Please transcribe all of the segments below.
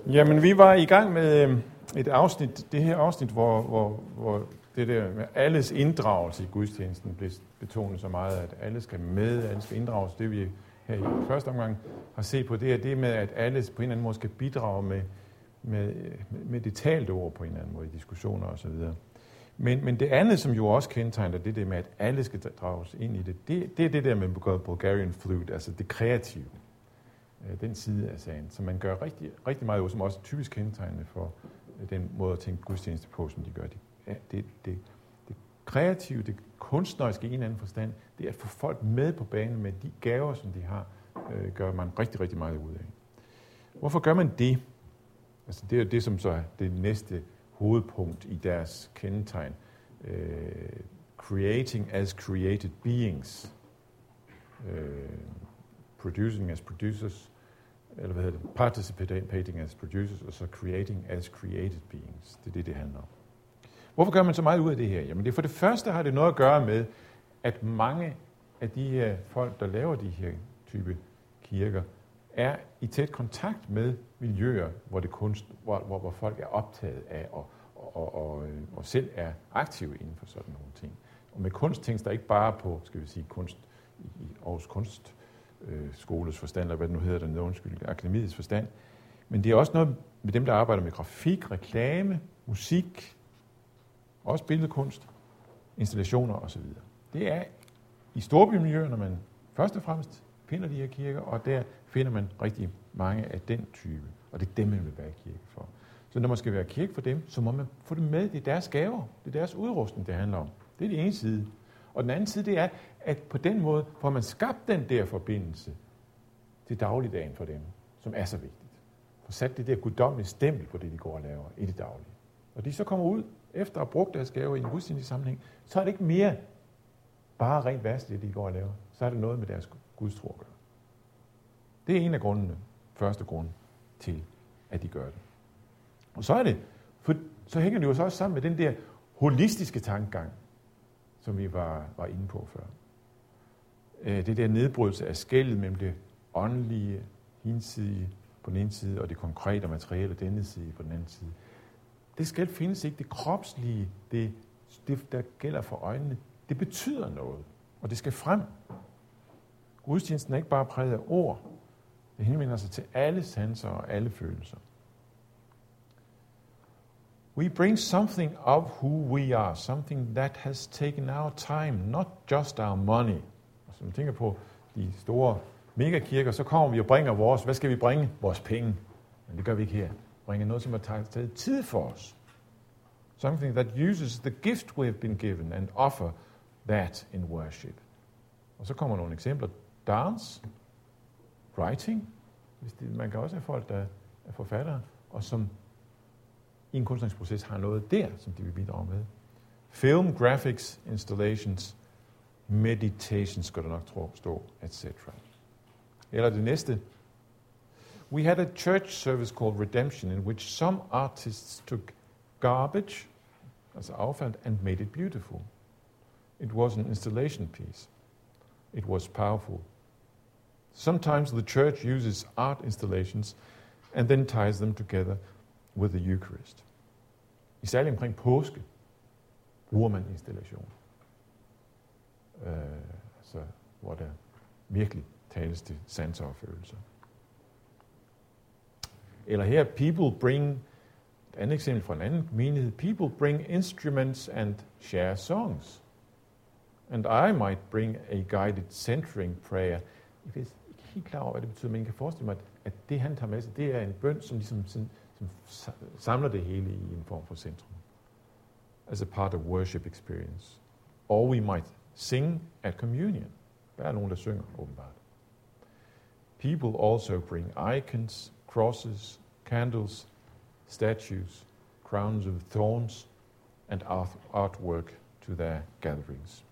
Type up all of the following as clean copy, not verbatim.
Jamen, vi var i gang med et afsnit, det her afsnit, hvor det der med alles inddragelse i gudstjenesten blev betonet så meget, at alle skal med, alle skal inddrages. Det vi her i første omgang har set på, det er det med, at alle på en eller anden måde skal bidrage med det talte ord på en eller anden måde i diskussioner osv. Men det andet, som jo også kendetegner det der med, at alle skal drages ind i det er det der med Bulgarian flute, altså det kreative. Den side af sagen, som man gør rigtig, rigtig meget ud, som også er typisk kendetegnende for den måde at tænke gudstjeneste på, som de gør. Det kreative, det kunstneriske i en anden forstand, det er at få folk med på banen med de gaver, som de har, gør man rigtig, rigtig meget ud af. Hvorfor gør man det? Altså det er det, som så er det næste hovedpunkt i deres kendetegn. Creating as created beings. Producing as producers, eller hvad hedder det? Participating as producers, og så creating as created beings. Det er det handler om. Hvorfor gør man så meget ud af det her? Jamen det for det første har det noget at gøre med, at mange af de her folk, der laver de her type kirker, er i tæt kontakt med miljøer, hvor folk er optaget af og selv er aktive inden for sådan nogle ting. Og med kunst tænkes der ikke bare på, skal vi sige, kunst i Aarhus Kunstskoles forstand, eller hvad det nu hedder dernede, akademiets forstand. Men det er også noget med dem, der arbejder med grafik, reklame, musik, også billedkunst, installationer osv. Det er i storbymiljøer, når man først og fremmest finder de her kirker, og der finder man rigtig mange af den type. Og det er dem, man vil være kirke for. Så når man skal være kirke for dem, så må man få dem med. Det er deres gaver. Det er deres udrustning, det handler om. Det er den ene side. Og den anden side, det er, at på den måde får man skabt den der forbindelse til dagligdagen for dem, som er så vigtigt. For sat det der guddommelige stempel på det, de går og laver i det daglige. Og de så kommer ud efter at have brugt deres gaver i en gudstjeneste sammenhæng, så er det ikke mere bare rent værtsligt, det de går og laver. Så er det noget med deres gudstro at gøre. Det er en af grundene, første grund til, at de gør det. Og så er det, så hænger det jo så også sammen med den der holistiske tankegang, som vi var inde på før. Det der nedbrydelse af skellet mellem det åndelige, hinsidige på den ene side, og det konkrete og materielle, denne side på den anden side. Det skel findes ikke. Det kropslige, det der gælder for øjnene, det betyder noget, og det skal frem. Gudstjenesten er ikke bare præget af ord. Det henvender sig til alle sanser og alle følelser. We bring something of who we are, something that has taken our time, not just our money. Og så man tænker på de store megakirker, så kommer vi og bringer vores. Hvad skal vi bringe? Vores penge. Men det gør vi ikke her. Bringer noget, som har taget tid for os. Something that uses the gift we have been given and offer that in worship. Og så kommer nogle eksempler. Dance, writing. Man kan også have folk, der er forfattere, og som i en kunstnerisk proces har noget der, som de vil bidrage med. Film, graphics, installations, meditation, skal der nok stå, etc. Eller det næste. We had a church service called Redemption, in which some artists took garbage, altså affald, and made it beautiful. It was an installation piece. It was powerful. Sometimes the church uses art installations and then ties them together with the Eucharist. I særligt omkring påske bruger man installation. Altså, hvor der virkelig tales til sanser og følelser. Eller her, people bring, et andet eksempel fra en anden menighed, people bring instruments and share songs. And I might bring a guided centering prayer. Jeg er ikke helt klar over, hvad det betyder, men jeg kan forestille mig, at det han tager med sig, det er en bøn, som ligesom som samler det hele i en form for centrum. As a part of worship experience. Or we might sing at communion. Der er nogen, der synger, åbenbart. People also bring icons, crosses, candles, statues, crowns of thorns, and artwork to their gatherings.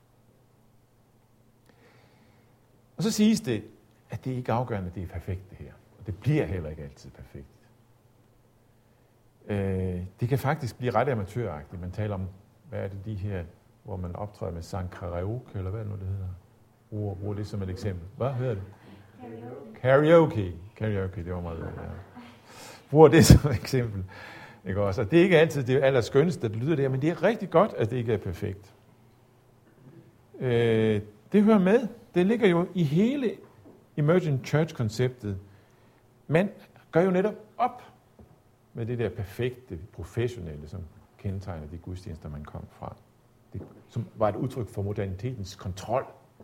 Og så siges det, at det ikke er afgørende, at det er perfekt det her. Og det bliver heller ikke altid perfekt. Det kan faktisk blive ret amatøragtigt. Man taler om, hvad er det de her, hvor man optræder med sang karaoke, eller hvad nu det hedder. Bruger det som et eksempel. Hvad hedder det? Karaoke, det var meget, ja. bruger det som eksempel. Ikke også? Og det er ikke altid det allerskønneste, der lyder der, men det er rigtig godt, at det ikke er perfekt. Det hører med. Det ligger jo i hele Emergent Church-konceptet. Man gør jo netop op med det der perfekte, professionelle, som kendetegner de gudstjenester, man kom fra. Det, som var et udtryk for modernitetens kontrol.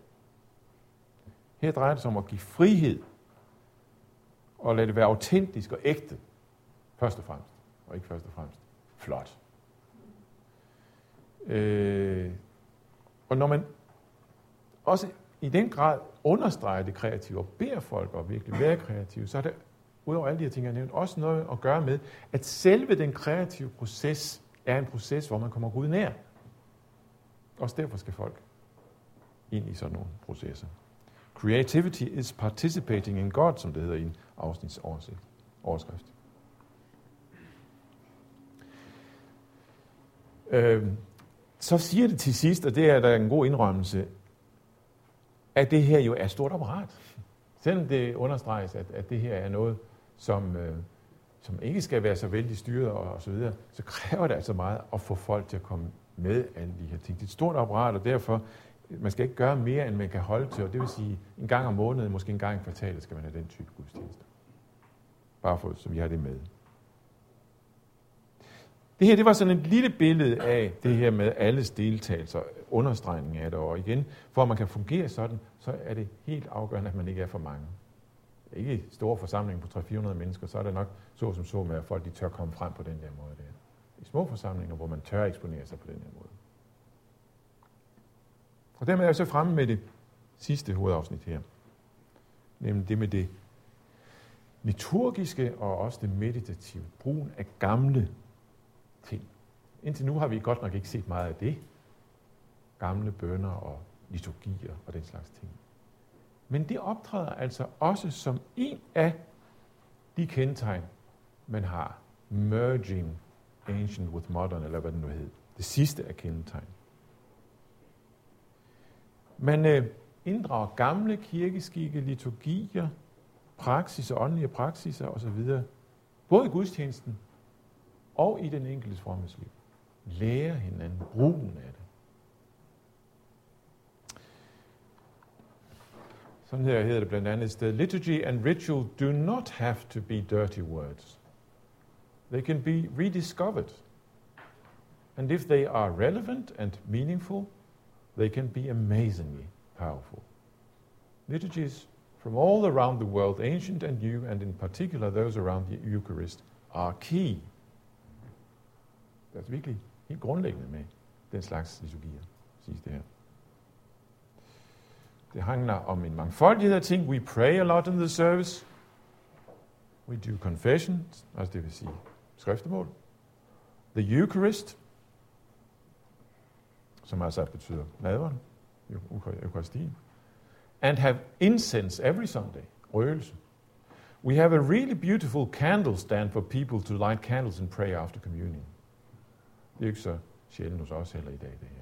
Her drejer det sig om at give frihed og lade det være autentisk og ægte, først og fremmest, og ikke først og fremmest flot. Og når man også i den grad understreger det kreative og beder folk at virkelig være kreative, så er det, udover alle de her ting, jeg har nævnt, også noget at gøre med, at selve den kreative proces er en proces, hvor man kommer Gud nær. Også derfor skal folk ind i sådan nogle processer. Creativity is participating in God, som det hedder i en afsnitsoverskrift. Så siger det til sidst, og det er der en god indrømmelse, at det her jo er stort apparat. Selvom det understreges, at det her er noget, som ikke skal være så vældig styret og så videre, så kræver det altså meget at få folk til at komme med alle de her ting. Det er et stort apparat, og derfor man skal ikke gøre mere, end man kan holde til, og det vil sige, en gang om måneden, måske en gang i kvartalet, skal man have den type gudstjenester. Bare for, så vi har det med. Det her, det var sådan et lille billede af det her med alles deltagelser, understregning af det, og igen, for at man kan fungere sådan, så er det helt afgørende, at man ikke er for mange. Ikke i store forsamlinger på 300-400 mennesker, så er det nok så med, at folk de tør komme frem på den der måde der. I små forsamlinger, hvor man tør eksponere sig på den her måde. Og dermed er jeg så fremme med det sidste hovedafsnit her. Nemlig det med det liturgiske og også det meditative. Brugen af gamle ting. Indtil nu har vi godt nok ikke set meget af det. Gamle bønner og liturgier og den slags ting. Men det optræder altså også som en af de kendetegn, man har. Merging ancient with modern, eller hvad det nu hedder. Det sidste af kendetegn. Man inddrager gamle kirkeskikke, liturgier, praksiser, åndelige praksiser osv. Både i gudstjenesten og i den enkeltes fromhedsliv. Lære hinanden brugen af det. Sådan her hedder det blandt andet sted. Liturgy and ritual do not have to be dirty words. They can be rediscovered. And if they are relevant and meaningful, they can be amazingly powerful. Liturgies from all around the world, ancient and new, and in particular those around the Eucharist, are key. Det er virkelig helt grundlæggende med den slags liturgier, siges det her. Det handler om en mangfoldighed af ting. We pray a lot in the service. We do confession, altså det vil sige skriftemål. The Eucharist, som altså betyder nadveren, eukaristien. And have incense every Sunday, røgelse. We have a really beautiful candle stand for people to light candles and pray after communion. Det er ikke så sjældent hos os heller i dag, det her.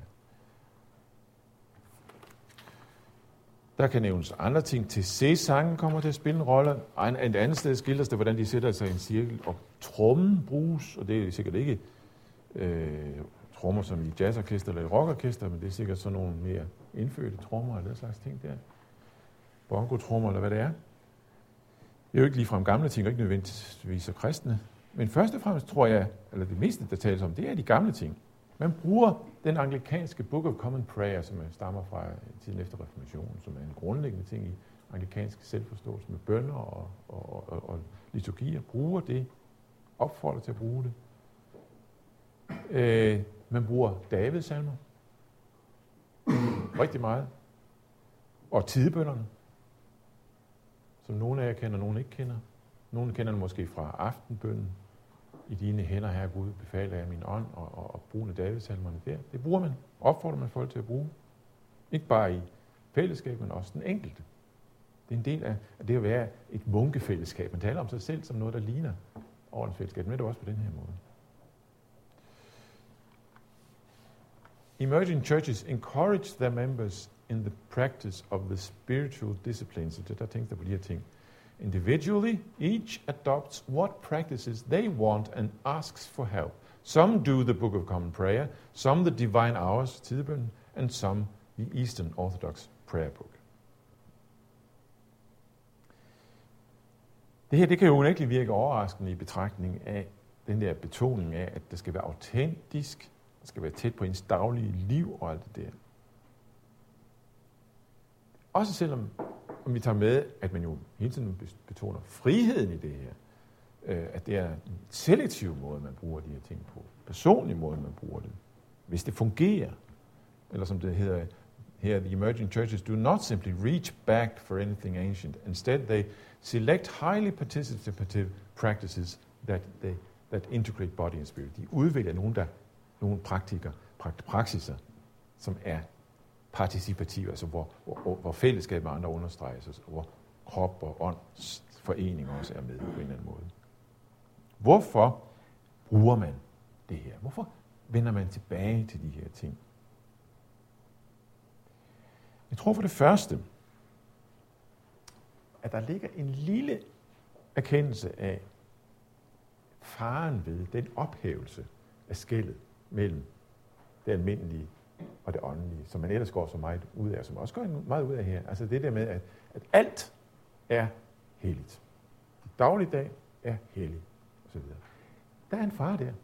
Der kan nævnes andre ting. Til C-sangen kommer til at spille en rolle. Et andet sted skildres det, hvordan de sætter sig i en cirkel, og trommen bruges, og det er sikkert ikke trommer som i jazzorkester eller i rockorkester, men det er sikkert sådan nogle mere indfødte trommer eller den slags ting der. Bongo-trommer eller hvad det er. Det er jo ikke ligefrem gamle ting, og ikke nødvendigvis så kristne. Men først og fremmest tror jeg, eller det meste, der tales om, det er de gamle ting. Man bruger den anglikanske Book of Common Prayer, som stammer fra tiden efter reformationen, som er en grundlæggende ting i anglikansk selvforståelse med bønner og liturgier. Bruger det, opfordrer til at bruge det. Man bruger Davids salmer rigtig meget. Og tidebønnerne, som nogle af jer kender, nogle ikke kender. Nogle kender det måske fra aftenbønnen. I dine hænder, Herre Gud, befaler jeg min ånd, og brugen af Davidsalmerne der. Det bruger man, opfordrer man folk til at bruge. Ikke bare i fællesskab, men også den enkelte. Det er en del af det at være et munkefællesskab. Man taler om sig selv som noget, der ligner ordensfællesskab, men det er også på den her måde. Emerging churches encourage their members in the practice of the spiritual disciplines. Så der tænkte jeg på de her ting. Individually, each adopts what practices they want and asks for help. Some do the Book of Common Prayer, some the Divine Hours, tidebøn, and some the Eastern Orthodox Prayer Book. Det her, det kan jo unægteligt virke overraskende i betragtning af den der betoning af, at det skal være autentisk, det skal være tæt på ens daglige liv og alt det der. Også selvom vi tager med, at man jo hele tiden betoner friheden i det her, at det er en selektiv måde, man bruger de her ting på, personlig måde, man bruger det. Hvis det fungerer, eller som det hedder her, the emerging churches do not simply reach back for anything ancient. Instead, they select highly participative practices that integrate body and spirit. De udvælger nogle praksiser, som er participative, altså hvor fællesskab med andre understreges, altså hvor krop og ånds forening også er med på en eller anden måde. Hvorfor bruger man det her? Hvorfor vender man tilbage til de her ting? Jeg tror for det første, at der ligger en lille erkendelse af faren ved den ophævelse af skellet mellem det almindelige og det åndelige, som man ellers går så meget ud af, som også går meget ud af her. Altså det der med, at alt er helligt. Dagligdag er hellig, osv. Der er en fare der.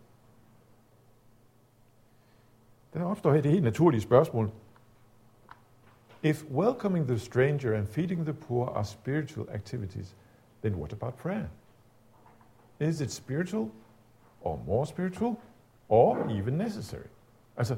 Der opstår her det helt naturlige spørgsmål. If welcoming the stranger and feeding the poor are spiritual activities, then what about prayer? Is it spiritual, or more spiritual, or even necessary? Altså,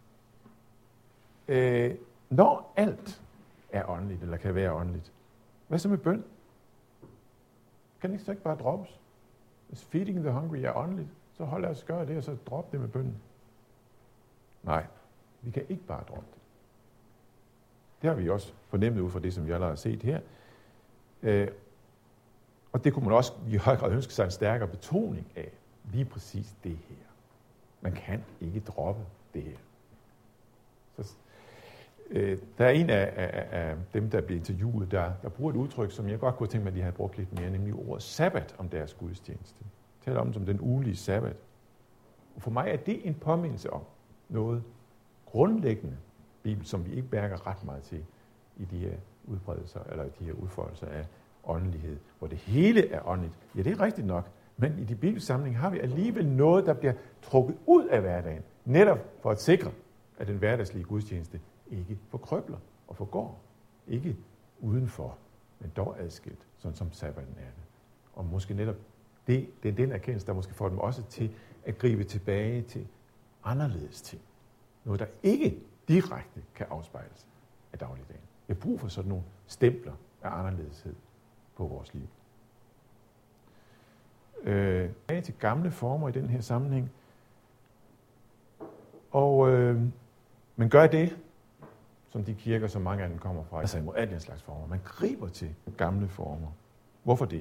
når alt er åndeligt, eller kan være åndeligt, hvad så med bøn? Kan det så ikke bare droppes? Hvis feeding the hungry er åndeligt, så hold os gøre det, og så drop det med bønnen. Nej, vi kan ikke bare droppe det. Det har vi også fornemmet ud fra det, som vi allerede har set her. Og det kunne man også i høj grad ønske sig en stærkere betoning af. Lige præcis det her. Man kan ikke droppe det her. Så, der er en af dem, der bliver interviewet, der bruger et udtryk, som jeg godt kunne tænke mig, at de havde brugt lidt mere, nemlig ordet sabbat om deres gudstjeneste. Taler om som den ugelige sabbat. Og for mig er det en påmindelse om noget grundlæggende Bibel, som vi ikke mærker ret meget til i de her udbredelser, eller de her udfoldelser af åndelighed, hvor det hele er åndeligt. Ja, det er rigtigt nok, men i de bibelske sammenhæng har vi alligevel noget, der bliver trukket ud af hverdagen, netop for at sikre, at den hverdagslige gudstjeneste ikke forkrøbler og forgår. Ikke udenfor, men dog adskilt, sådan som sabbaten er det. Og måske netop det er den erkendelse, der måske får dem også til at gribe tilbage til anderledes ting. Noget, der ikke direkte kan afspejles af dagligdagen. Vi har brug for sådan nogle stempler af anderledeshed på vores liv. Til gamle former i den her sammenhæng. Og man gør det, som de kirker, som mange af dem kommer fra, altså imod alle den slags former. Man griber til gamle former. Hvorfor det?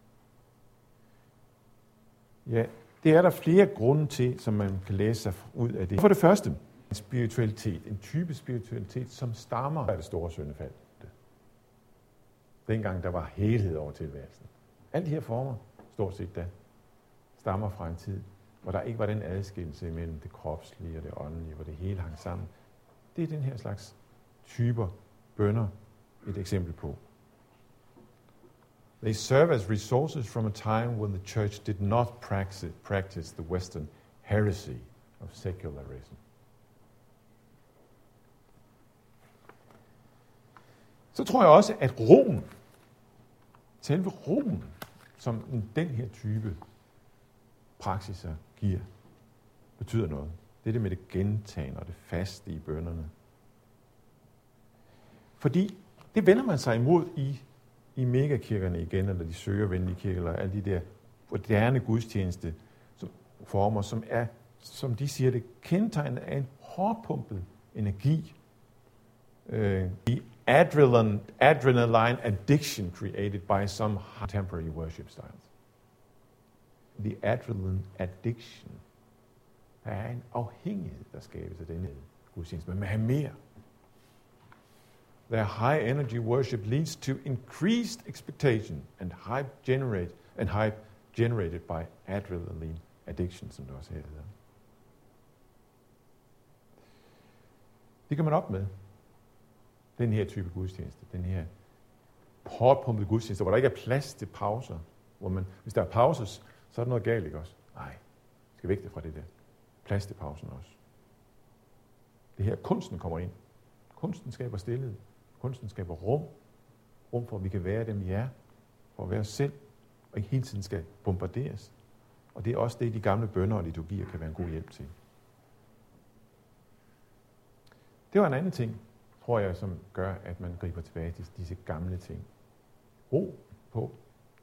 Ja, det er der flere grunde til, som man kan læse sig ud af det. For det første, en spiritualitet, en type spiritualitet, som stammer af det store syndefald. Dengang der var helhed over tilværelsen. Alle de her former, stort set da, stammer fra en tid, hvor der ikke var den adskillelse mellem det kropslige og det åndelige, hvor det hele hang sammen. Det er den her slags typer bønner et eksempel på. They serve as resources from a time when the church did not practice the Western heresy of secularism. Så tror jeg også, at roen, selve roen, som den her type praksiser giver, betyder noget. Det er det med det gentagende og det faste i bønnerne. Fordi det vender man sig imod i megakirkerne igen, eller de søgervenlige kirker, eller alle de der moderne gudstjeneste former, som er, som de siger det, kendetegnet af en hårdpumpet energi. The adrenaline addiction created by some contemporary worship styles. The adrenaline addiction. Der er en afhængighed, der skabes af denne gudstjeneste. Man vil have mere. their high energy worship leads to increased expectation and hype generated by adrenaline addiction, som det også her hedder. Det kan man op med. Den her type gudstjeneste, den her hårdpumpede gudstjeneste, hvor der ikke er plads til pauser, hvor man, hvis der er pauser, så er der noget galt, ikke også? Nej, skal væk det fra det der. Plads til pausen også. Det her, kunsten kommer ind. Kunsten skaber stillhed. Kunsten skaber rum. Rum for, at vi kan være dem, vi er. For at være os selv. Og ikke hele tiden skal bombarderes. Og det er også det, de gamle bønner og liturgier kan være en god hjælp til. Det var en anden ting, tror jeg, som gør, at man griber tilbage til disse gamle ting. Ro på.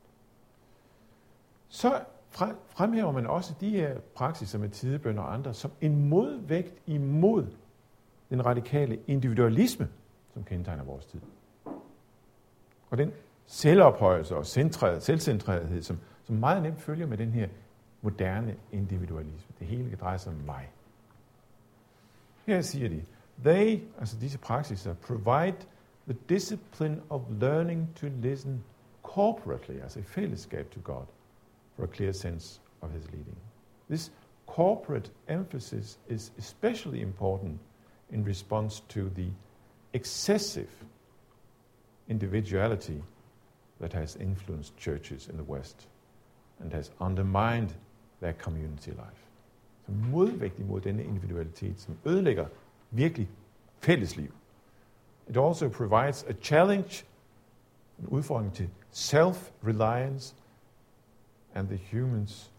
Så fremhæver man også de her praksiser med tidebønner og andre som en modvægt imod den radikale individualisme, som kendetegner vores tid. Og den selvophøjelse og selvcentrerethed, som meget nemt følger med den her moderne individualisme. Det hele kan dreje sig om mig. Her siger de, altså disse praksiser, provide the discipline of learning to listen corporately, altså i fællesskab to God, for a clear sense of his leading. This corporate emphasis is especially important in response to the excessive individuality that has influenced churches in the West and has undermined their community life. Så modvægt imod denne individualitet, som ødelægger virkelig fællesliv. It also provides a challenge, en udfordring til self-reliance and the humans.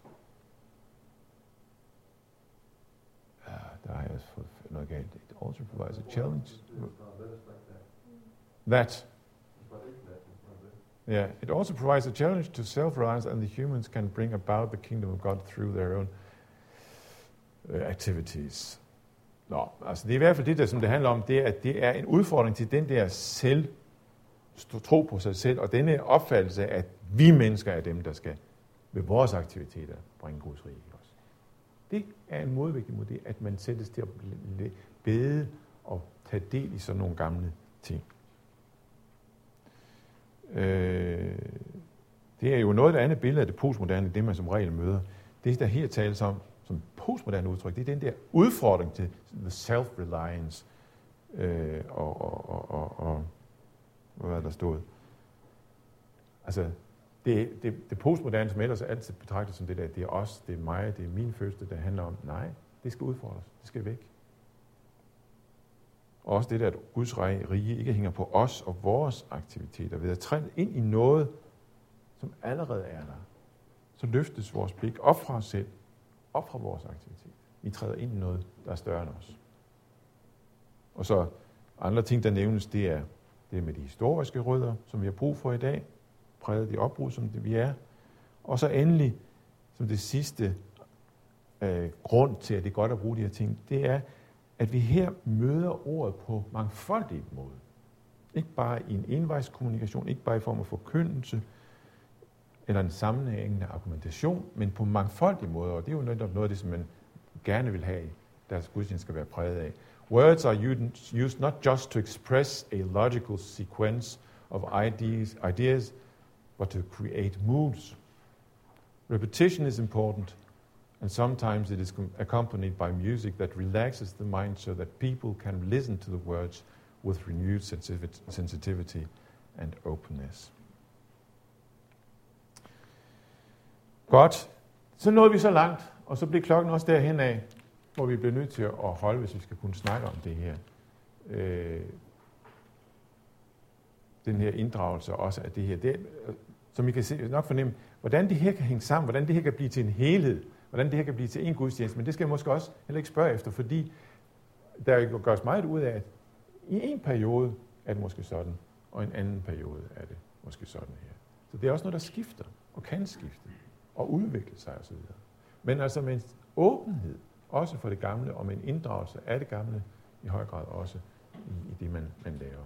Der har jeg fået noget galt. It also provides a challenge. It also provides a challenge to self-reliance, and the humans can bring about the kingdom of God through their own activities. Altså det er i hvert fald det, der, som det handler om, det er, at det er en udfordring til den der tro på sig selv, og denne opfattelse af, at vi mennesker er dem, der skal ved vores aktiviteter bringe Guds rige også. Det er en modvægt imod det, at man sættes til at bede og tage del i sådan nogle gamle ting. Det er jo noget af andet billede af det postmoderne, det man som regel møder. Det, der her tales om, som postmoderne udtryk, det er den der udfordring til the self-reliance og hvad er der stået? Altså, det postmoderne, som ellers altid betragtet som det der, det er os, det er mig, det er min følelse, der handler om, nej, det skal udfordres, det skal væk. Og også det der, at Guds rige ikke hænger på os og vores aktiviteter. Ved at træde ind i noget, som allerede er der, så løftes vores blik op fra os selv, op fra vores aktivitet. Vi træder ind i noget, der er større end os. Og så andre ting, der nævnes, det er det med de historiske rødder, som vi har brug for i dag, præget i opbrud, som det vi er. Og så endelig, som det sidste grund til, at det er godt at bruge de her ting, det er, at vi her møder ordet på mangfoldig måde. Ikke bare i en envejskommunikation, ikke bare i form af forkyndelse, eller en sammenhængende argumentation, men på mangfoldige måder, og det er jo noget af det, som man gerne vil have, deres gudstjeneste skal være præget af. Words are used not just to express a logical sequence of ideas, but to create moods. Repetition is important, and sometimes it is accompanied by music that relaxes the mind so that people can listen to the words with renewed sensitivity and openness. Godt. Så nåede vi så langt, og så blev klokken også derhen af, hvor vi bliver nødt til at holde, hvis vi skal kunne snakke om det her. Den her inddragelse også af det her. Det, som I kan se, nok fornemme, hvordan det her kan hænge sammen, hvordan det her kan blive til en helhed, hvordan det her kan blive til en gudstjeneste, men det skal jeg måske også heller ikke spørge efter, fordi der gøres meget ud af, at i en periode er det måske sådan, og i en anden periode er det måske sådan her. Så det er også noget, der skifter, og kan skifte, og udvikle sig osv. Men altså med en åbenhed, også for det gamle, og med en inddragelse af det gamle, i høj grad også i det, man laver.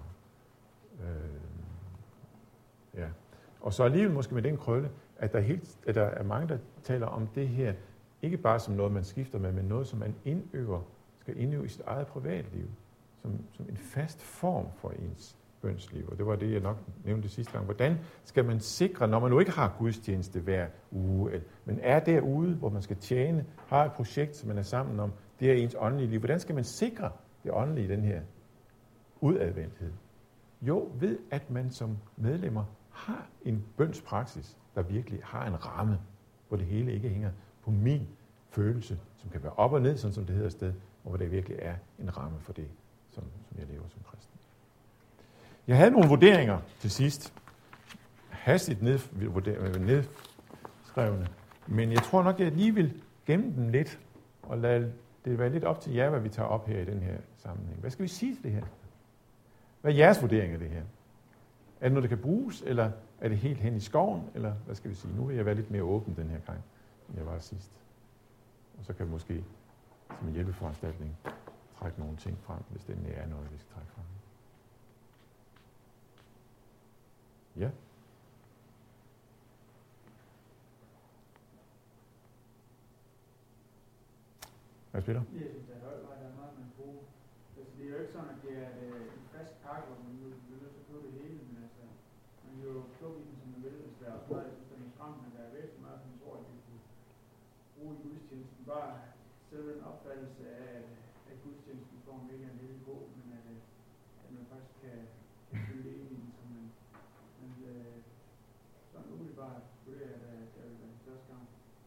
Ja. Og så alligevel måske med den krølle, at der er mange, der taler om det her, ikke bare som noget, man skifter med, men noget, som man skal indøve i sit eget privatliv, som en fast form for ens bønsliv, og det var det, jeg nok nævnte sidste gang. Hvordan skal man sikre, når man nu ikke har gudstjeneste hver uge, men er derude, hvor man skal tjene, har et projekt, som man er sammen om, det er ens åndelige liv. Hvordan skal man sikre det åndelige i den her udadvendthed? Jo, ved at man som medlemmer har en bønspraksis, der virkelig har en ramme, hvor det hele ikke hænger på min følelse, som kan være op og ned, sådan som det hedder sted, og hvor der virkelig er en ramme for det, som jeg lever som kristen. Jeg havde nogle vurderinger til sidst, hastigt nedskrevne, men jeg tror nok, at jeg lige vil gemme dem lidt, og lade det være lidt op til jer, hvad vi tager op her i den her sammenhæng. Hvad skal vi sige til det her? Hvad er jeres vurdering af det her? Er det noget, der kan bruges, eller er det helt hen i skoven, eller hvad skal vi sige? Nu vil jeg være lidt mere åben den her gang, end jeg var sidst. Og så kan vi måske som en hjælpeforanstaltning trække nogle ting frem, hvis det er noget, vi skal trække frem. Ja. Hvad spiller? Jeg synes, at der er meget, man bruger. Altså, det er jo ikke sådan, at det er en fast pakke, hvor man bliver nødt til at købe det hele, men altså, man kan jo plukke i den, som man vil. Altså, der er også meget, jeg synes, der er skræmmende, der er væsentligt meget, som jeg tror, at vi kunne bruge i gudstjenesten. Bare selve den opfattelse af, at gudstjenesten får en ikke en lille god, men at man faktisk kan følge ind i den, som man sådan umiddelbart vurderer, at der vil være en største gang.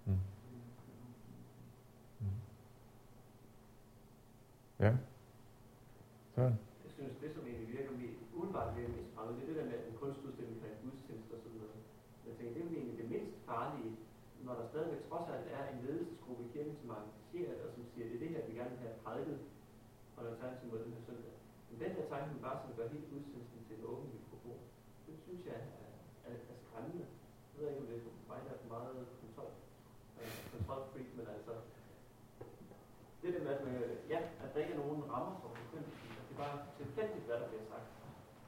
Ja. Sådan. Jeg synes, det som egentlig virker umiddelbart virker mest fremme, det er det der med en kunstudstilling af gudstjenester og sådan noget. Jeg tænker, det er jo egentlig det mindst farlige, når der stadigvæk trods alt er en ledelsesgruppe i kirken, som er engageret og som siger, det er det her, vi gerne vil have prædiket og en alternativ mod den her søndag. Men den her tanke, man bare sådan gør helt gudstjenesten til en åben mikrofon, det synes jeg er skræmmende. Jeg ved ikke, om det er for mig, der er for meget kontrolfreak, men altså det der med, at der ikke er nogen rammer for forkyndelsen, at det er bare tilfældigt, hvad der bliver sagt.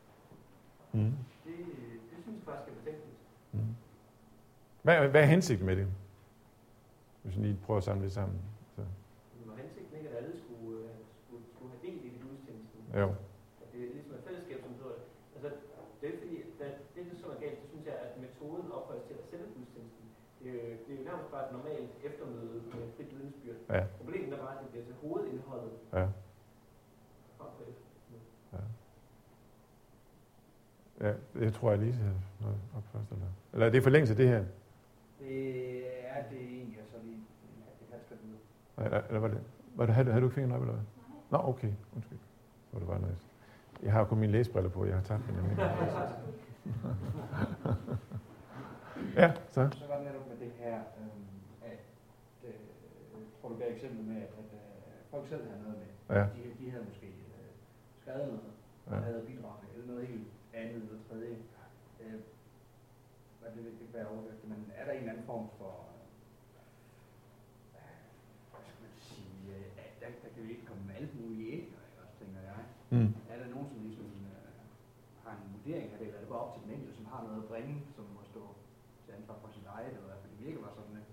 Det synes jeg faktisk er betænkeligt. Hvad er hensigten med det? Hvis vi lige prøver at samle det sammen. Så. Var hensigten ikke, at alle skulle have del i det gudstjenesten? Jo. At det er ligesom et fællesskab, som hedder det. Altså, det er fordi, det som er galt, det synes jeg, at metoden ophøjes til at sælge gudstjenesten. Det er jo nærmest bare et normalt eftermøde med frit vidensbyrd. Ja. Problemet er bare, at det bliver til hovedindholdet. Ja. Ja, jeg tror, jeg lige har noget op først. Eller er det forlængelse af det her? Det er det egentlig, så lige det her skal videre. Eller var det havde du ikke fingeren op, eller hvad? Nå, okay. Undskyld. Så det var noget. Jeg har jo kun mine læsebriller på, jeg har tabt den. Ja, så. Så var det netop med det her, at tror du gav eksempel med, at folk selv havde noget med. Ja. De havde måske skrevet noget, og havde bidraget eller noget helt andet eller tredje. Hvad det vil være overvægt, men er der en eller anden form for, hvad skal man sige, at der kan vi ikke komme med alt muligt ind, også, tænker jeg. Er der nogen, som ligesom har en vurdering af det, eller er det bare op til den enkelte, som har noget at bringe, som må stå til ansvar for sit eget, eller hvad? For det virker bare sådan, at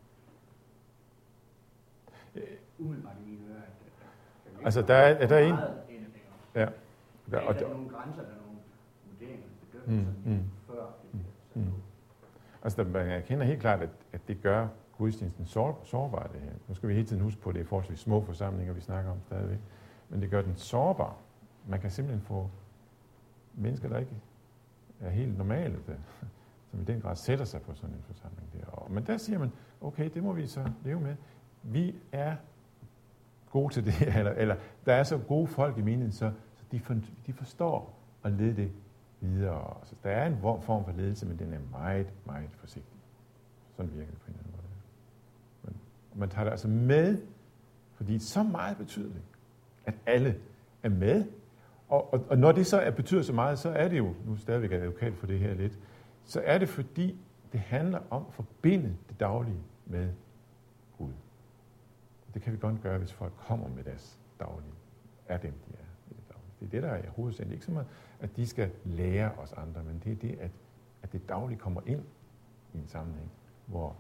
umiddelbart i mine ører, at altså, der er en... Ja. Der er nogle grænser, der er nogle vurderinger, bedømmelser, før det Altså, man kender helt klart, at det gør gudstjenesten sårbar, det her. Nu skal vi hele tiden huske på, at det er forholdsvis små forsamlinger, vi snakker om stadigvæk. Men det gør den sårbar. Man kan simpelthen få mennesker, der ikke er helt normale, som i den grad sætter sig på sådan en forsamling der. Men der siger man, okay, det må vi så leve med. Vi er gode til det, eller der er så gode folk i menigheden, så de forstår at lede det videre. Så der er en form for ledelse, men den er meget, meget forsigtig. Sådan virker det på en eller anden måde. Men man tager det altså med, fordi det er så meget betydeligt, at alle er med. Og når det så betyder så meget, så er det jo, nu stadigvæk er advokat for det her lidt, så er det fordi, det handler om at forbinde det daglige med Gud. Det kan vi godt gøre, hvis folk kommer med deres daglige, er dem, de er. Det er det, der er hovedsagen. Ikke så meget, at de skal lære os andre, men det er det, at det daglige kommer ind i en sammenhæng, hvor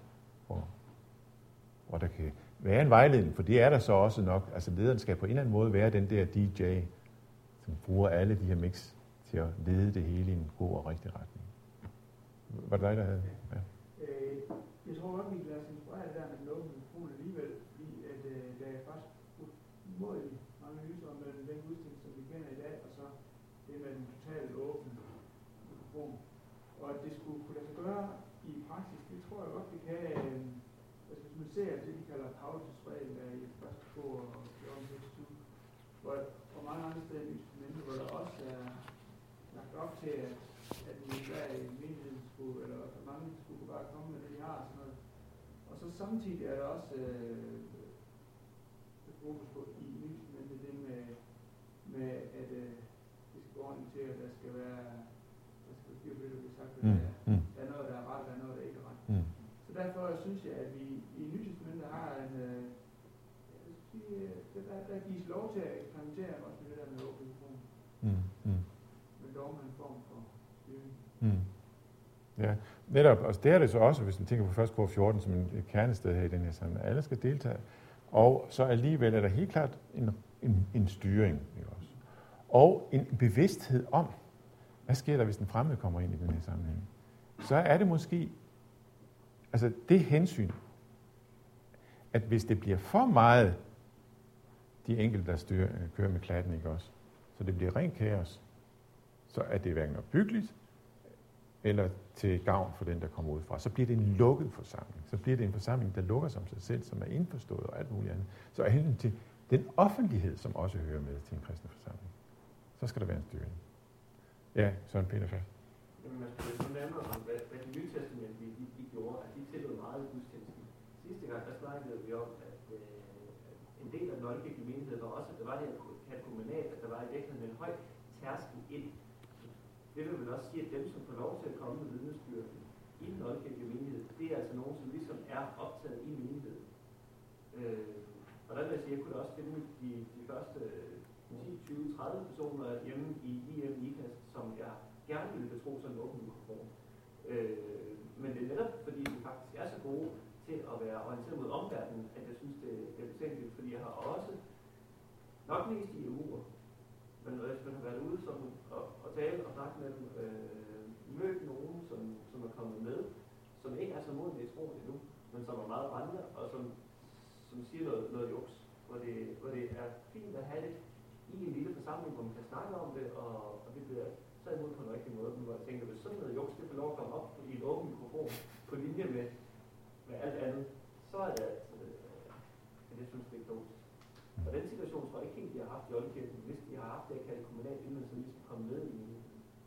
der kan være en vejledning, for det er der så også nok. Altså lederen skal på en eller anden måde være den der DJ, som bruger alle de her mix til at lede det hele i en god og rigtig retning. Var det dig, der havde? Ja. Jeg tror godt, vi kan lade os inspirere det der med den åbne mikrofon alligevel, fordi at, der er faktisk umådeligt mange analyser mellem den gudstjeneste, som vi kender i dag, og så det med den totalt åbne mikrofon. Og at det skulle kunne lade sig gøre i praksis, det tror jeg godt, det kan. Hvis man ser det, de kalder Paulus' regel i det første bog og 26, hvor mange andre steder i Nyt Testamente, hvor der også er lagt op til, at vi hver i menigheden skulle, eller at mange skulle bare komme med det, de har og sådan noget. Og så samtidig er der også fokus på i Nyt Testamente det med at det skal gå ordentligt til, at der skal være styr på det, der bliver sagt, at der er noget, der er ret, og der er noget, der ikke er ret. Så derfor synes jeg, at vi i Nyt Testamente har en der gives lov til at eksperimentere også med det der med åben mikrofon. Men dog med en form for styring. Ja, netop. Og det er det så også, hvis man tænker på 1. Kor 14 som et kernested her i den her sammenhæng. Alle skal deltage. Og så alligevel er der helt klart en styring. Ikke også? Og en bevidsthed om, hvad sker der, hvis den fremmede kommer ind i den her sammenhæng. Så er det måske, altså det hensyn, at hvis det bliver for meget de enkelte, der kører med klatten, ikke også, så det bliver ren kaos, så er det hverken opbyggeligt, eller til gavn for den, der kommer udefra. Så bliver det en lukket forsamling. Så bliver det en forsamling, der lukker sig om sig selv, som er indforstået og alt muligt andet. Så af hensyn til den offentlighed, som også hører med til en kristen forsamling, så skal der være en styring. Ja, Søren Peter først. Jamen, man skulle jo nærmere om, hvad det nye testament de gjorde, at de tillod meget i gudstjenesten. Sidste gang, der snakkede vi om, at en del af den oldkirkelige menighed var også, at der var det katekomenat, at der var i virkeligheden en høj tærskel ind. Det vil vel også sige, at dem, som får lov til at komme med vidnesbyrden i den oldkirkelige menighed, det er altså nogen, som ligesom er optaget i menigheden. Og der vil jeg sige, at jeg kunne også finde de første 10, 20, 30 personer hjemme i IM IKAST, som jeg gerne ville betro sådan en åben mikrofon. Men det er netop, fordi de faktisk er så gode til at være orienteret mod omverdenen, at jeg synes, det er betænkeligt, fordi jeg har også nok mest i EU'er, men hvis man har været ude og tale og snakke med dem, mødt nogen, som er kommet med, som ikke er så modne i troen endnu, men som er meget brændende, og som siger noget juks, hvor det er fint at have det i en lille forsamling, hvor man kan snakke om det, og det bliver taget imod på en rigtig måde. Men hvor jeg tænker, hvis sådan noget juks, det får lov at komme op i en åben mikrofon på linje med alt andet, så er det altså, at jeg synes, det er klogt. Og den situation tror jeg ikke helt, de har haft i oldkirken, hvis de har haft det at kalde kommunalt, inden man så lige skal komme med i det.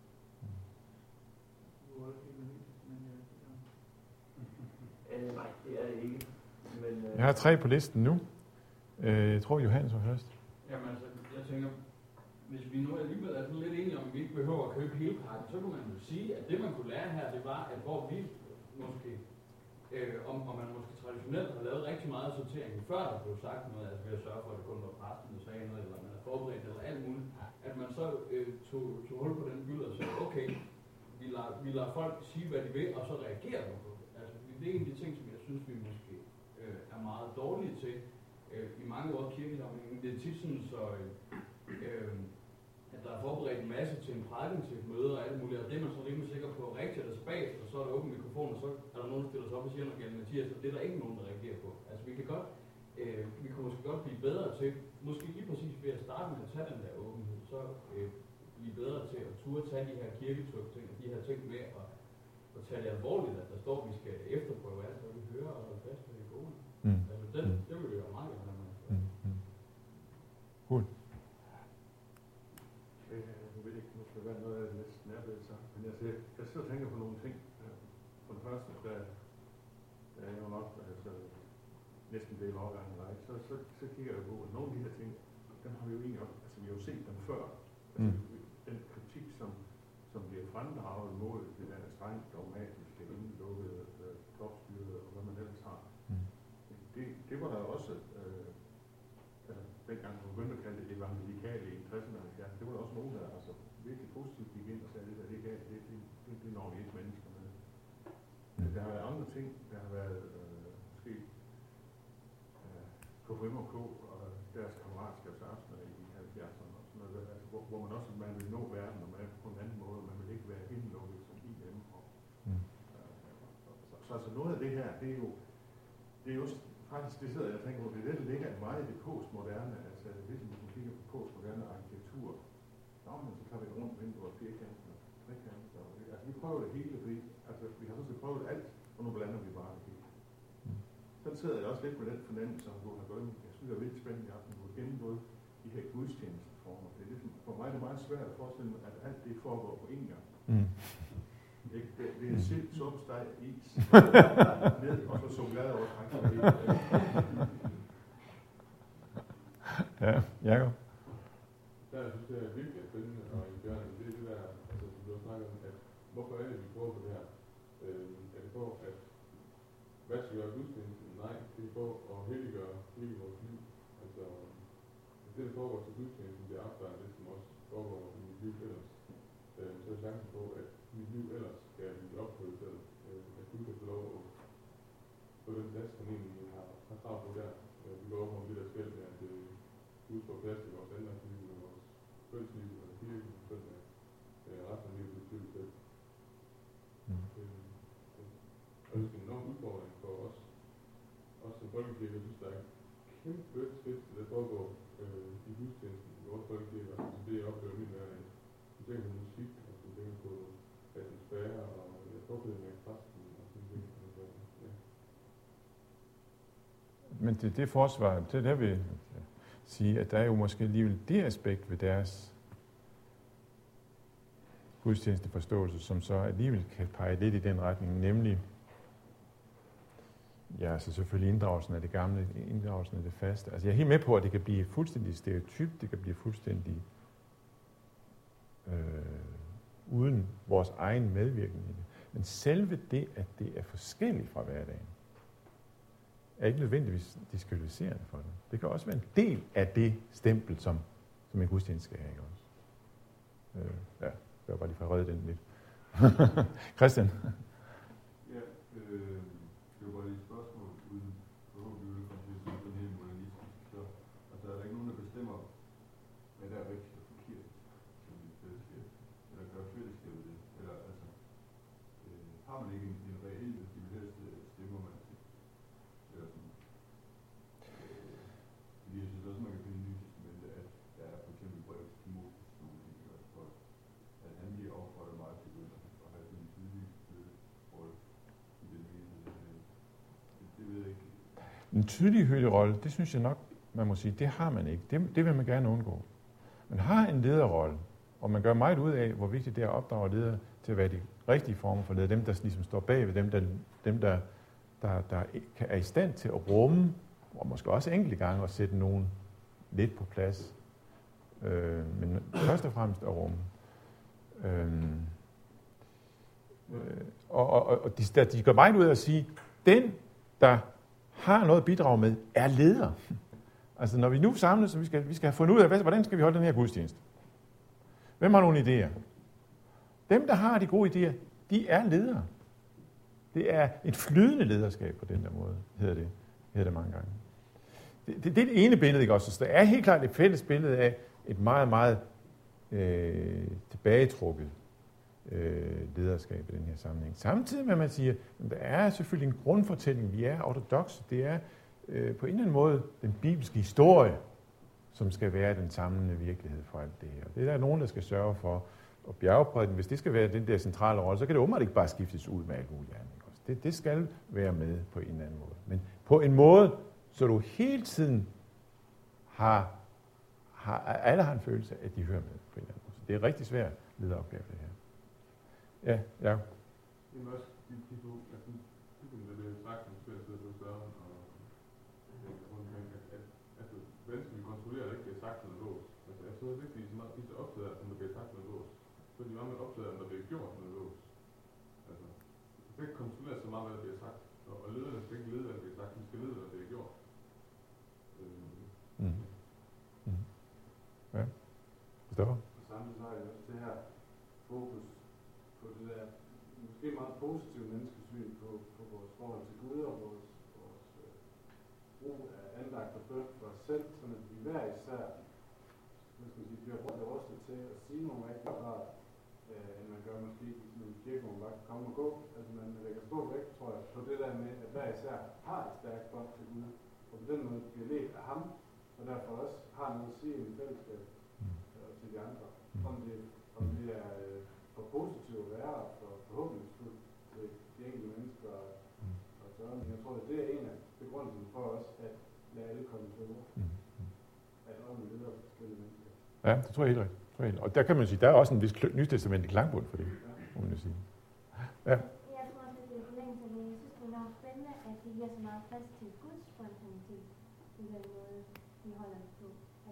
Nej, det er det ikke. Men, jeg har 3 på listen nu. Jeg tror, Johannes var først. Jamen altså, jeg tænker, hvis vi nu alligevel er sådan lidt enige om, at vi ikke behøver at købe hele pakken, så kunne man jo sige, at det man kunne lære her, det var, at hvor vi måske, om man måske traditionelt har lavet rigtig meget sortering, før der blev sagt noget, altså ved at sørge for, at det kun var præsten, der sagde noget, eller man er forberedt, eller alt muligt, at man så tog hul på den byld og sagde, okay, vi lader folk sige, hvad de vil, og så reagerer vi på det. Altså, det er en af de ting, som jeg synes, vi måske er meget dårlige til i mange år kirkedommen. Det er tit sådan, så at der er forberedt en masse til en prædiken, til et møde og alt muligt, og det er man så rimelig sikker på rigtigt, og så bagefter, så er der åben mikrofon, og så er der nogen, der stiller sig op og siger noget gennem Mathias, og det er der ikke nogen, der reagerer på. Altså vi kan måske godt blive bedre til, måske lige præcis ved at starte med at tage den der åbenhed, så blive bedre til at turde tage de her kirketryk-ting, og de her ting med at tage det alvorligt, at der står, at vi skal efterprøve alt, hvad vi hører, og holde fast med det gode. Altså det vil vi jo meget gerne have med. Cool. Nu ved jeg ikke, nu skal være noget af det næsten nærbedt sagt, men jeg sidder og tænker på nogle ting. For det første, der er jo nok altså, næsten del overgangen, så kigger jeg på, at nogle af de her ting, dem har vi jo egentlig også, altså vi har jo set dem før. Altså, den kritik, som bliver fremdraget mod det der strengt dogmatiske, indelukkede, topstyrede og hvad man ellers har. Det var der også, dengang man begyndte at kalde det evangelikale i 60'erne, det var der også nogen, der altså, virkelig positivt gik ind og sagde, at det når vi ikke mennesker med. Men der har været andre ting, der har været måske KFM og K og deres kammeratskabsaftener i 70'erne og sådan noget. Altså, hvor man også man vil nå verden, og man er på en anden måde, og man vil ikke være indlukket som i dem. Så altså noget af det her, det er jo faktisk, det sidder jeg og tænker på, det er det, der ligger meget i det postmoderne, altså ligesom hvis man kigger på postmoderne arkitektur, men så tager vi rundt vinduer, firkanter, trekanter, altså vi prøver det hele, fordi altså, vi har sådan set prøvet alt, og nu blander vi bare det hele. Så sidder jeg også lidt med den fornemmelse, som du har gået. Jeg synes, det er vildt spændende, at du har gennemgået de her gudstjenesteformer. Det er ligesom, for mig er det meget svært at forestille mig, at alt det foregår på én gang. Det er sild, suppe, steg, is, ned, og så chokolade over træk. Ja, Jacob? Der jeg synes, det er virkelig spændende, og i bjørnen, det er det der, altså, som du har snakket om, at hvorfor er det, vi prøver på det her? Er det på, at hvad skal vi gøre gudstjenesten? Nej, det er på at helliggøre hele vores liv. Altså, det der foregår til gudstjenesten, det afspejler det, som også foregår i mit liv ellers. Så er chancen på, at mit liv ellers skal blive opprioriteret. At Gud kan få lov at få den plads, som egentlig har krav på der. Vi går over om det der skæld, at Gud får plads i vores andres liv, og vores følelsesliv, og kirken, og sådan resten af livet til liv selv. Og det er en enorm udfordring for os som folkekirke. Jeg synes, der er kæmpe skridt, der foregår i gudstjenesten i vores folkekirke, og det jeg oplever min hverdag. Jeg tænker på musik, og jeg tænker på atmosfære, og forberedning af præsten, og sådan ting. Ja. Men det forsvar, det der vil sige, at der er jo måske alligevel det aspekt ved deres gudstjenesteforståelse, som så alligevel kan pege lidt i den retning, nemlig ja, altså selvfølgelig inddragelsen af det gamle, inddragelsen af det faste. Altså jeg er helt med på, at det kan blive fuldstændig stereotyp, det kan blive fuldstændig uden vores egen medvirkning i det. Men selve det, at det er forskelligt fra hverdagen, er ikke nødvendigvis diskvalificerende for det. Det kan også være en del af det stempel, som en gudstjeneste skal have, ikke også? Ja, jeg vil bare lige forrede den lidt. Christian? Ja, det var bare lige et spørgsmål, uden forhåbentlig vil komme til at sige den hele modernistisk. Så altså, er der ikke nogen, der bestemmer, hvad der er rigtigt og forkert, som et fællesskab? Eller gør fællesskabet det? Eller altså, har man ikke en reel, hvis de vil helst stemmer man til? Eller sådan. Fordi jeg synes også, man kan finde i Nye Testamente, at der er for eksempel brev til Timotheus, nogle ting, der gør for, at han bliver opfordret meget til at have sådan en tydelig rolle i den menighed. Det ved jeg ikke. En tydelig rolle, det synes jeg nok, man må sige, det har man ikke. Det vil man gerne undgå. Man har en lederrolle, og man gør meget ud af, hvor vigtigt det er at opdrage ledere til at være de rigtige former for ledere. Dem, der ligesom står bagved, dem, der er i stand til at rumme, og måske også enkelte gange at sætte nogen lidt på plads. Men først og fremmest at rumme. Og de gør meget ud af at sige, den, der har noget at bidrage med, er leder. Altså når vi nu samles, så vi skal have fundet ud af, hvordan skal vi holde den her gudstjeneste? Hvem har nogle idéer? Dem, der har de gode idéer, de er ledere. Det er et flydende lederskab på den der måde, hedder det mange gange. Det er det ene billede, ikke også? Så der er helt klart et fælles billede af et meget, meget tilbagetrukket lederskab i den her sammenhæng. Samtidig med, at man siger, at der er selvfølgelig en grundfortælling. Vi er ortodokse. Det er på en eller anden måde den bibelske historie, som skal være den samlende virkelighed for alt det her. Det er der nogen, der skal sørge for at bjergprædiken. Hvis det skal være den der centrale rolle, så kan det åbenbart ikke bare skiftes ud med alt muligt andet. Det skal være med på en eller anden måde. Men på en måde, så du hele tiden alle har en følelse af, at de hører med på en eller anden måde. Så det er rigtig svært lederopgave, det her. Ja. Det er også de to, jeg synes, det bliver sagt, som skal sidde på større, og at mennesker vi kontrollerer, at det ikke bliver sagt noget lås. Altså, jeg synes ikke, de er så optaget af, om der bliver sagt noget lås. Så de er meget optaget af, om der bliver gjort noget lås. Altså, det skal ikke kontrollere så meget, hvad der bliver sagt. Og lederne skal ikke lede, hvad der bliver sagt. De skal lede, hvad der bliver gjort. Ja. Stoffer? Og samtidig har jeg også det her fokus på det der måske meget positive menneskesyn på vores forhold til Gud og vores brug af anlagt og bøn for os selv, sådan at vi hver især bliver rustet til at sige nogle rigtig grad, end man gør måske i sådan en kirke, hvor man bare kan komme og gå. Altså man lægger stor vægt, tror jeg, på det der med, at hver især har et stærkt bånd til Gud, og på den måde bliver ledt af ham, og derfor også har noget at sige i fællesskab til de andre. Om det er for positivt at være, og for forhåbningsfuldt til de enkelte mennesker og sådan. Jeg tror, at det er en af begrundelserne for os, at lade alle komme til ord. At ånden leder forskellige mennesker. Ja, det tror jeg helt rigtigt. Og der kan man sige, der er også en vis nytestamentlig klangbund for det, må man jo sige. Ja. Jeg tror også, at det er forlængelse af det. Jeg synes, det er meget spændende, at de giver så meget plads til Guds spontanitet i den måde, de holder det på. At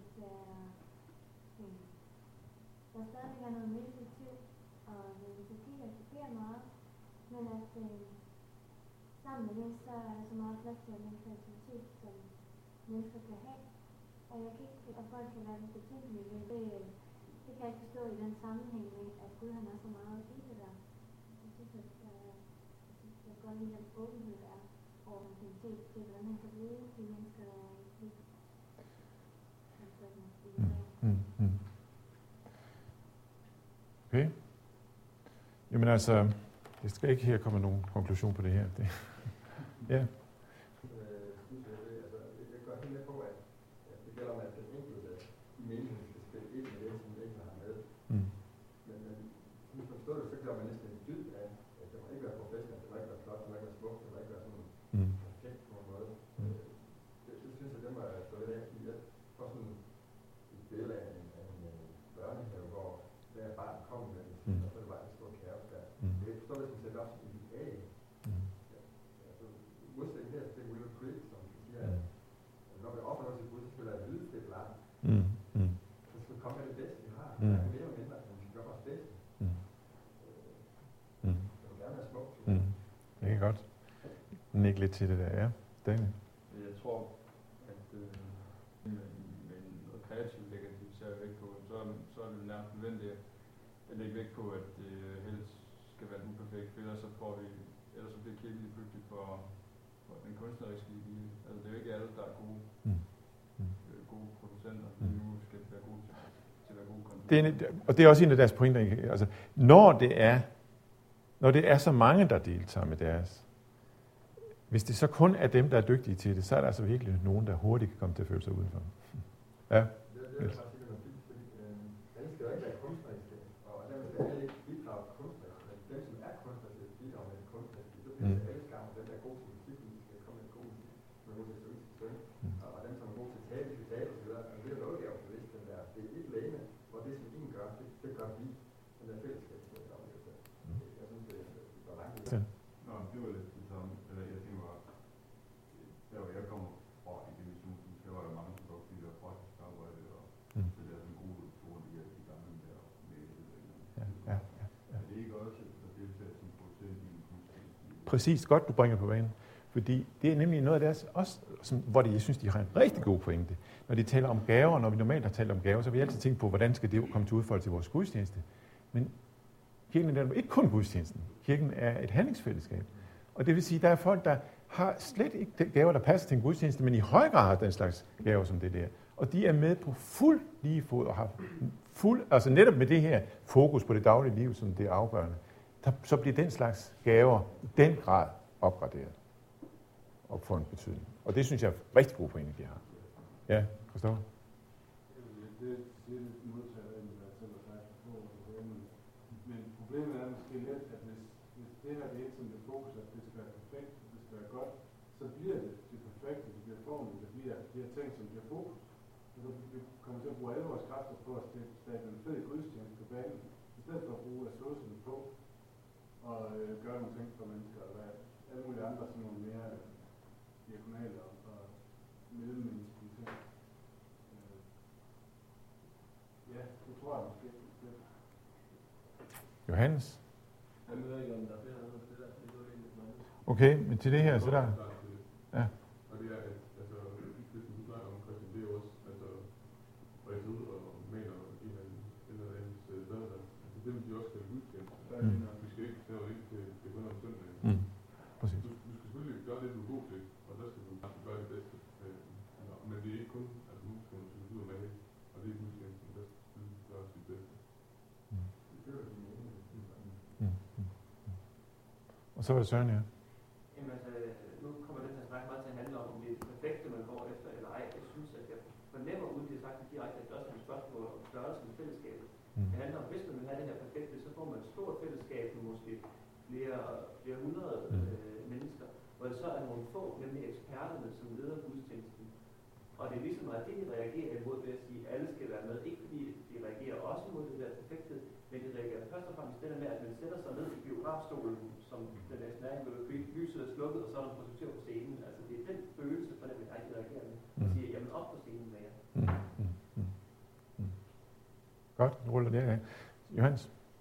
der stadig er noget meditativt, og meditativ, at det bliver meget, men at sammen med det, så er der så meget plads til den kreativitet, som mennesker kan have. Og jeg kan ikke, og folk kan være lidt betænkelige ved det. Det kan jeg ikke forstå i den sammenhæng med, at Gud han er så meget i det der. Jeg synes, at jeg kan godt lide den åbenhed, der er over mentalitet til, hvordan man kan bruge de mennesker, der er i liv. Okay. Jamen altså, jeg skal ikke her komme nogen konklusion på det her. Det. Ja. Jeg går helt med på, at det gælder om, at den enkelte i menigheden skal spille ind med det, som den enkelte har med. Men hvis man forstår det, så gør man næsten en dyd af, at det må ikke være professionelt, det må ikke være flot, det må ikke være smukt, det må ikke være sådan perfekt på en måde. Det synes jeg, det må jeg stå lidt af, fordi jeg får sådan et billede af en børnehave, hvor hver barn kommer med det, og så er det bare en stor kaos der. Jeg forstår, hvis man sætter op sådan en ideal. Modsætning her til Willow Creek, som siger, at når vi offrer noget til Gud, så skal vi lade lyde til et land. Så skal vi komme med det bedste, vi har. Der er mere eller mindre, men vi skal gøre vores bedste. Det må gerne være smukt. Det er godt. Nik lidt til det der, ja. Daniel? Jeg tror, at med noget kreativt lægger de særlig vægt på, så er det nærmest nødvendigt at lægge vægt på, at det helst skal være uperfekt, for ellers så bliver kirken lige pludselig for den kunstneriske idé. Altså det er jo ikke alle, der er gode producenter, men nu skal det være gode til at være gode kunstnere. Og det er også en af deres pointer. Altså, når det er så mange, der deltager med deres, hvis det så kun er dem, der er dygtige til det, så er der altså virkelig nogen, der hurtigt kan komme til at føle sig udenfor. Ja. Det er faktisk ikke noget fint, fordi alle skal jo ikke være kunstneriske, og dermed skal alle ikke bidrage kunstneriske. Dem, som er kunstneriske, bidrager med det kunstneriske. Så bliver det alle skam, dem, der er gode til musik, de skal komme med god musik, som er gode til at synge, og dem, som er gode til at tale, skal tale osv. Og det er noget, jeg også vidste, den der. Det er ikke læge, hvor det, som ingen gør, det gør vi. Den der fællesskab, jeg synes, det var langt. Nå, det var lidt det samme. Jeg tænker bare, der hvor jeg kommer fra i det mission, så var der mange, som godt de der praktisk arbejde, og så der er sådan gode store de er i gangen der med Ja. Er det ikke også at deltage som producent i en kunstnerisk? Præcis, godt du bringer på banen. Fordi det er nemlig noget af deres, også, hvor jeg synes, de har en rigtig god pointe. Når de taler om gaver, når vi normalt har talt om gaver, så vil jeg altid tænke på, hvordan skal det komme til udfoldelse i vores gudstjeneste. Men kirken er ikke kun gudstjenesten. Kirken er et handlingsfællesskab. Og det vil sige, at der er folk, der har slet ikke gaver, der passer til en gudstjeneste, men i høj grad har den slags gaver som det der. Og de er med på fuld lige fod og har altså netop med det her fokus på det daglige liv, som det er afgørende, så bliver den slags gaver i den grad opgraderet og får en betydning. Og det synes jeg er rigtig gode pointe, de har. Ja, Christoffer? Det er lidt modtaget af, hvad jeg selv har sagt på, men problemet er måske lidt, at hvis det her det er som det fokus, at det skal være perfekt, at det skal være godt, så bliver det perfekte, det bliver formen, det bliver de her ting, som bliver fokus. Så vi kommer til at bruge alle vores kræfter på at stable en fed gudstjeneste på banen, i stedet for at bruge ressourcerne på og gøre nogle ting for mennesker, og alle mulige andre sådan nogle mere diagonale og mellemmenneskelige ting. Ja, det tror jeg måske. Johannes? Jeg ved ikke, om der er flere andre til det. Det går egentlig for mig. Okay, men til det her, så der... Ja. Og det er, at altså, hvis du snakker om Christian, det er også, altså, bredt ud og mener en eller anden bedre, altså det vil de også kalde gudstjeneste. Vi skal ikke tage ind til kun om søndagen. Præcis. Du skal selvfølgelig gøre det, du er god til, og der skal du gøre det bedste. Men det er ikke kun, altså nu skal man ud og med det, og det er gudstjenesten bedste. så var det Søren, ja. Jamen altså, nu kommer den her snak meget til at handle om det er perfekte, man går efter, eller ej. Jeg synes, at jeg fornemmer, uden det er sagt direkte, at det også er et spørgsmål om størrelsen i fællesskabet. Det handler om, hvis man vil have det her perfekte, så får man et stort fællesskab med måske flere hundrede mennesker, hvor det så er nogle få, nemlig eksperterne, som leder gudstjenesten. Og det er ligesom, at det, de reagerer imod ved at sige, at alle skal være med, ikke fordi de reagerer også imod det der perfekte, men de reagerer først og fremmest det der med, at man sætter sig ned i biografstolen, som den næste næring vil lyset er slukket, og så er der en projektion på scenen. Altså det er den følelse, for den de reagerer med, og siger, jamen op på scenen med jer. Godt, nu ruller det af. Johannes?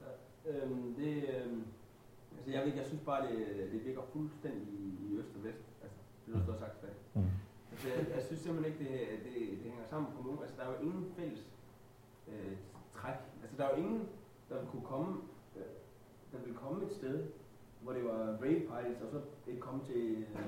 Altså jeg synes bare, det ligger fuldstændig i øst og vest. Altså, det er noget, der sagt fast. Altså, jeg synes simpelthen ikke, det hænger sammen på nogen. Altså, der er jo ingen fælles træk. Altså, der er jo ingen, der vil komme et sted, hvor det var rave parties, og så ikke komme til,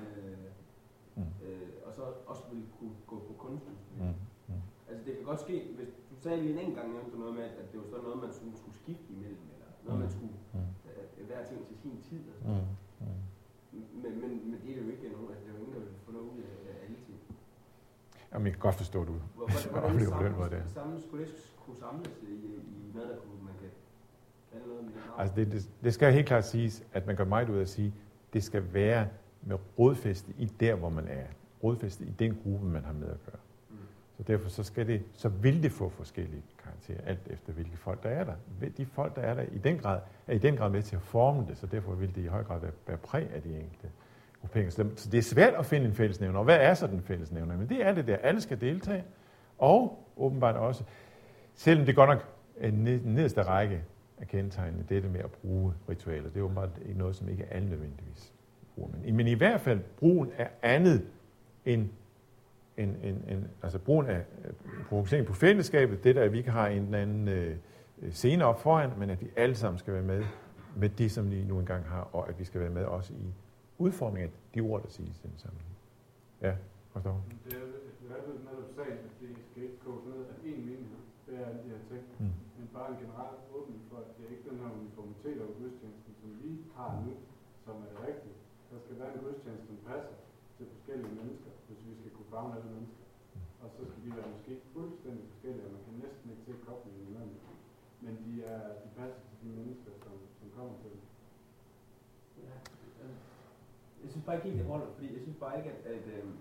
og så også vil kunne gå på kunsten. Altså, det kan godt ske, hvis du sagde lige en enkelt gang nævnte noget med, at det var sådan noget, man skulle skifte imellem, eller noget, man skulle hver ting til sin tid. Og men det er jo ikke nogen, altså det er jo ingen, der vil få noget ud af alle ting. Jamen, jeg kan godt forstå, at du oplever på den måde der. Skulle det kunne samles i noget, der kunne, man kan kalde noget med det navn? Altså, det skal helt klart siges, at man gør meget ud af at sige, at det skal være med rodfæste i der, hvor man er. Rodfæste i den gruppe, man har med at gøre. Så derfor så vil det få forskellige karakterer, alt efter hvilke folk, der er der. De folk, der er der, er i den grad med til at forme det, så derfor vil det i høj grad være præg af de enkelte grupperinger. Så det er svært at finde en fællesnævner. Og hvad er så den fællesnævner? Men det er det der. Alle skal deltage, og åbenbart også, selvom det godt nok er den nederste række af kendetegnene, det med at bruge ritualer. Det er åbenbart ikke noget, som ikke alle nødvendigvis bruger. Men i hvert fald brugen af andet end altså brugen af fokusering på fællesskabet, det der, at vi ikke har en eller anden scene op foran, men at vi alle sammen skal være med det, som vi nu engang har, og at vi skal være med også i udformningen af de ord, der siges i den sammenhæng. Ja, forstår du? Det er netop sagen, at det skal ikke gå ned af én menighed, det er alle de her ting, men bare en generel åbning for, at det er ikke den her uniformitet over gudstjenesten, som vi har nu, som er det rigtige. Der skal være en gudstjeneste, som passer til forskellige mennesker, hvis vi skal kunne favne alle mennesker. Og så skal de være måske fuldstændig forskellige, og man kan næsten ikke se koblingen imellem. Men de passer til de mennesker, som kommer til dem. Ja. Jeg synes bare ikke helt, det holder, fordi jeg synes bare ikke, at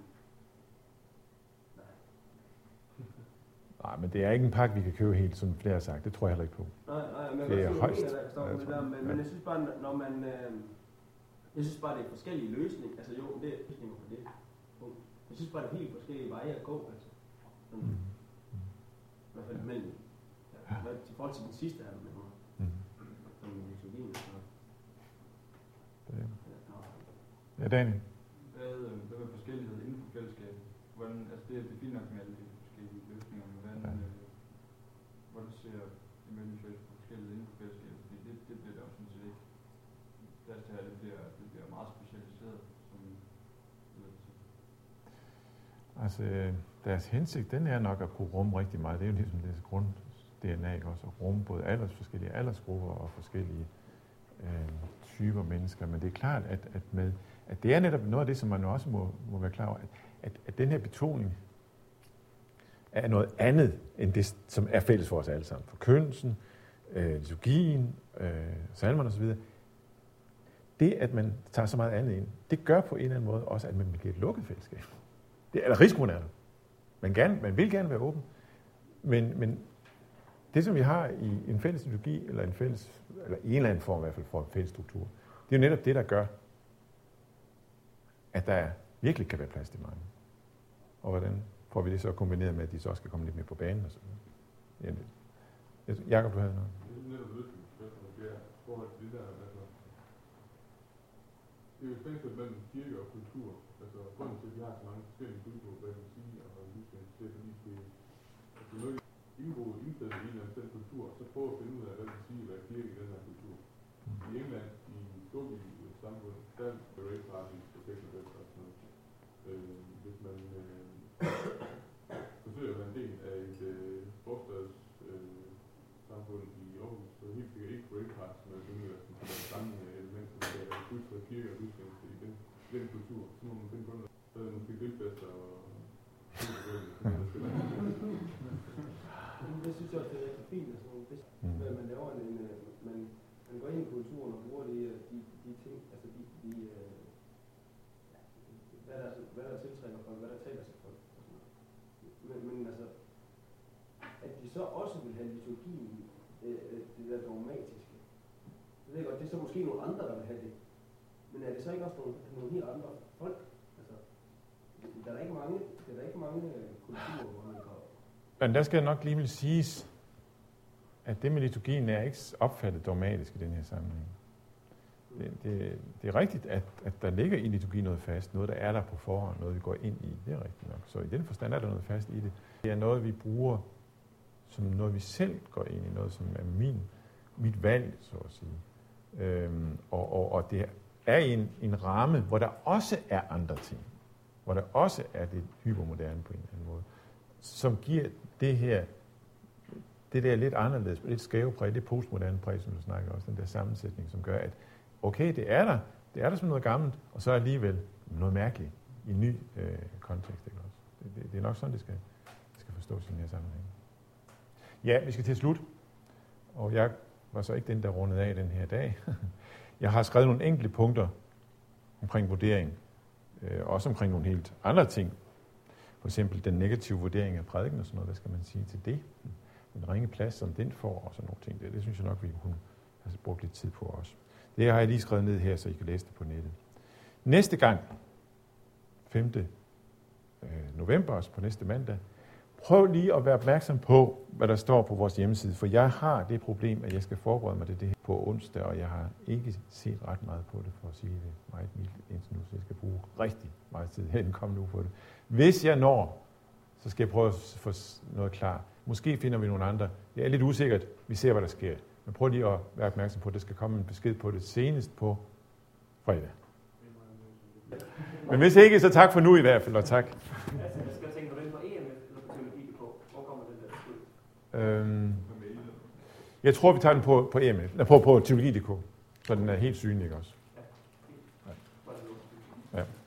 Nej, men det er ikke en pakke, vi kan købe helt, som flere har sagt. Det tror jeg heller ikke på. Nej, men det er højst. Men jeg synes bare, når man... Jeg synes bare, det er forskellige løsninger. Altså jo, det er løsninger på det. Jeg synes bare, det er helt forskellige veje at gå. Altså. I hvert fald mellem. I forhold til den sidste her med mig. Som liturgien. Ja, Daniel. Hvad med forskellighed inden for fællesskabet? Hvordan, altså det er fint nok med alle de forskellige løsninger, men hvordan ser imellem forskellighed inden for fællesskabet? Fordi det bliver der jo sådan set ikke. Det her, det bliver meget specialiseret. Altså, deres hensigt, den er nok at kunne rumme rigtig meget. Det er jo ligesom det grund-DNA, ikke også? At rumme både forskellige aldersgrupper og forskellige typer mennesker. Men det er klart, at det er netop noget af det, som man også må være klar over, at den her betoning er noget andet, end det, som er fælles for os alle sammen. Forkyndelsen, liturgien, salmerne osv., det, at man tager så meget andet ind, det gør på en eller anden måde også, at man bliver et lukket fællesskab. Eller risikoen er der. Man vil gerne være åben, men det, som vi har i en fælles liturgi, eller i en eller anden form i hvert fald for en fælles struktur, det er jo netop det, der gør, at der virkelig kan være plads til mange. Og hvordan får vi det så kombineret med, at de så også skal komme lidt mere på banen og sådan noget. Ja, Jakob, du havde noget? Det er netop løsningsspørgsmål, det er forhold til det der, altså det er jo spændt mellem kirke og kultur. Altså grunden til, at vi har så mange forskellige kulturer, hvad man siger, og lysning, det er fordi, det er noget indgået indstedet i en eller anden kultur, så prøve at finde ud af, hvad man siger, hvad er kirke i den her kultur. I England, i storbylige samfund, der er rave parties, projekter og sådan noget. Hvis man forsøger at være en del af et forstads samfund i Aarhus, så helt sikkert ikke rave parties, men det er samme element, som er udtryk kirke man går ind i kulturen og bruger de ting, altså hvad der tiltrækker folk, hvad der taler til folk. Og sådan noget. Men altså, at de så også vil have liturgien, det der dogmatiske. Jeg ved godt, det er så måske nogle andre, der vil have det. Men er det så ikke også nogle helt andre folk? Altså, der er ikke mange kulturer, hvor man går. Men der skal nok lige vil siges, at det med liturgien er ikke opfattet dogmatisk i den her sammenhæng. Det er rigtigt, at der ligger i liturgien noget fast, noget der er der på forhånd, noget vi går ind i. Det er rigtigt nok. Så i den forstand er der noget fast i det. Det er noget, vi bruger som noget, vi selv går ind i, noget som er mit valg, så at sige. Og det er i en ramme, hvor der også er andre ting. Hvor der også er det hypermoderne på en eller anden måde, som giver det der lidt anderledes, lidt skæve præg, det postmoderne præg, som du snakker også, den der sammensætning, som gør, at okay, det er der som noget gammelt, og så alligevel noget mærkeligt i en ny kontekst. Ikke også? Det er nok sådan, det skal forstås i den her sammenhæng. Ja, vi skal til slut, og jeg var så ikke den, der rundede af den her dag. Jeg har skrevet nogle enkelte punkter omkring vurdering, også omkring nogle helt andre ting. For eksempel den negative vurdering af prædiken og sådan noget, hvad skal man sige til det? En ringe plads, som den får, og sådan nogle ting. Det synes jeg nok, vi kunne have brugt lidt tid på også. Det har jeg lige skrevet ned her, så I kan læse det på nettet. Næste gang, 5. november, også på næste mandag, prøv lige at være opmærksom på, hvad der står på vores hjemmeside, for jeg har det problem, at jeg skal forberede mig til det her på onsdag, og jeg har ikke set ret meget på det, for at sige det meget mildt indtil nu, så jeg skal bruge rigtig meget tid her i den kommende uge på det. Hvis jeg når, så skal jeg prøve at få noget klar. Måske finder vi nogle andre. Det er lidt usikkert. Vi ser, hvad der sker. Men prøv lige at være opmærksom på, at der skal komme en besked på det senest på fredag. Men hvis ikke, så tak for nu i hvert fald, og tak. Jeg skal tænke på den på EM eller på teologi.dk. Hvor kommer den der besked? Jeg tror, vi tager den på EM, på teologi.dk, så den er helt synlig også. Ja. Ja.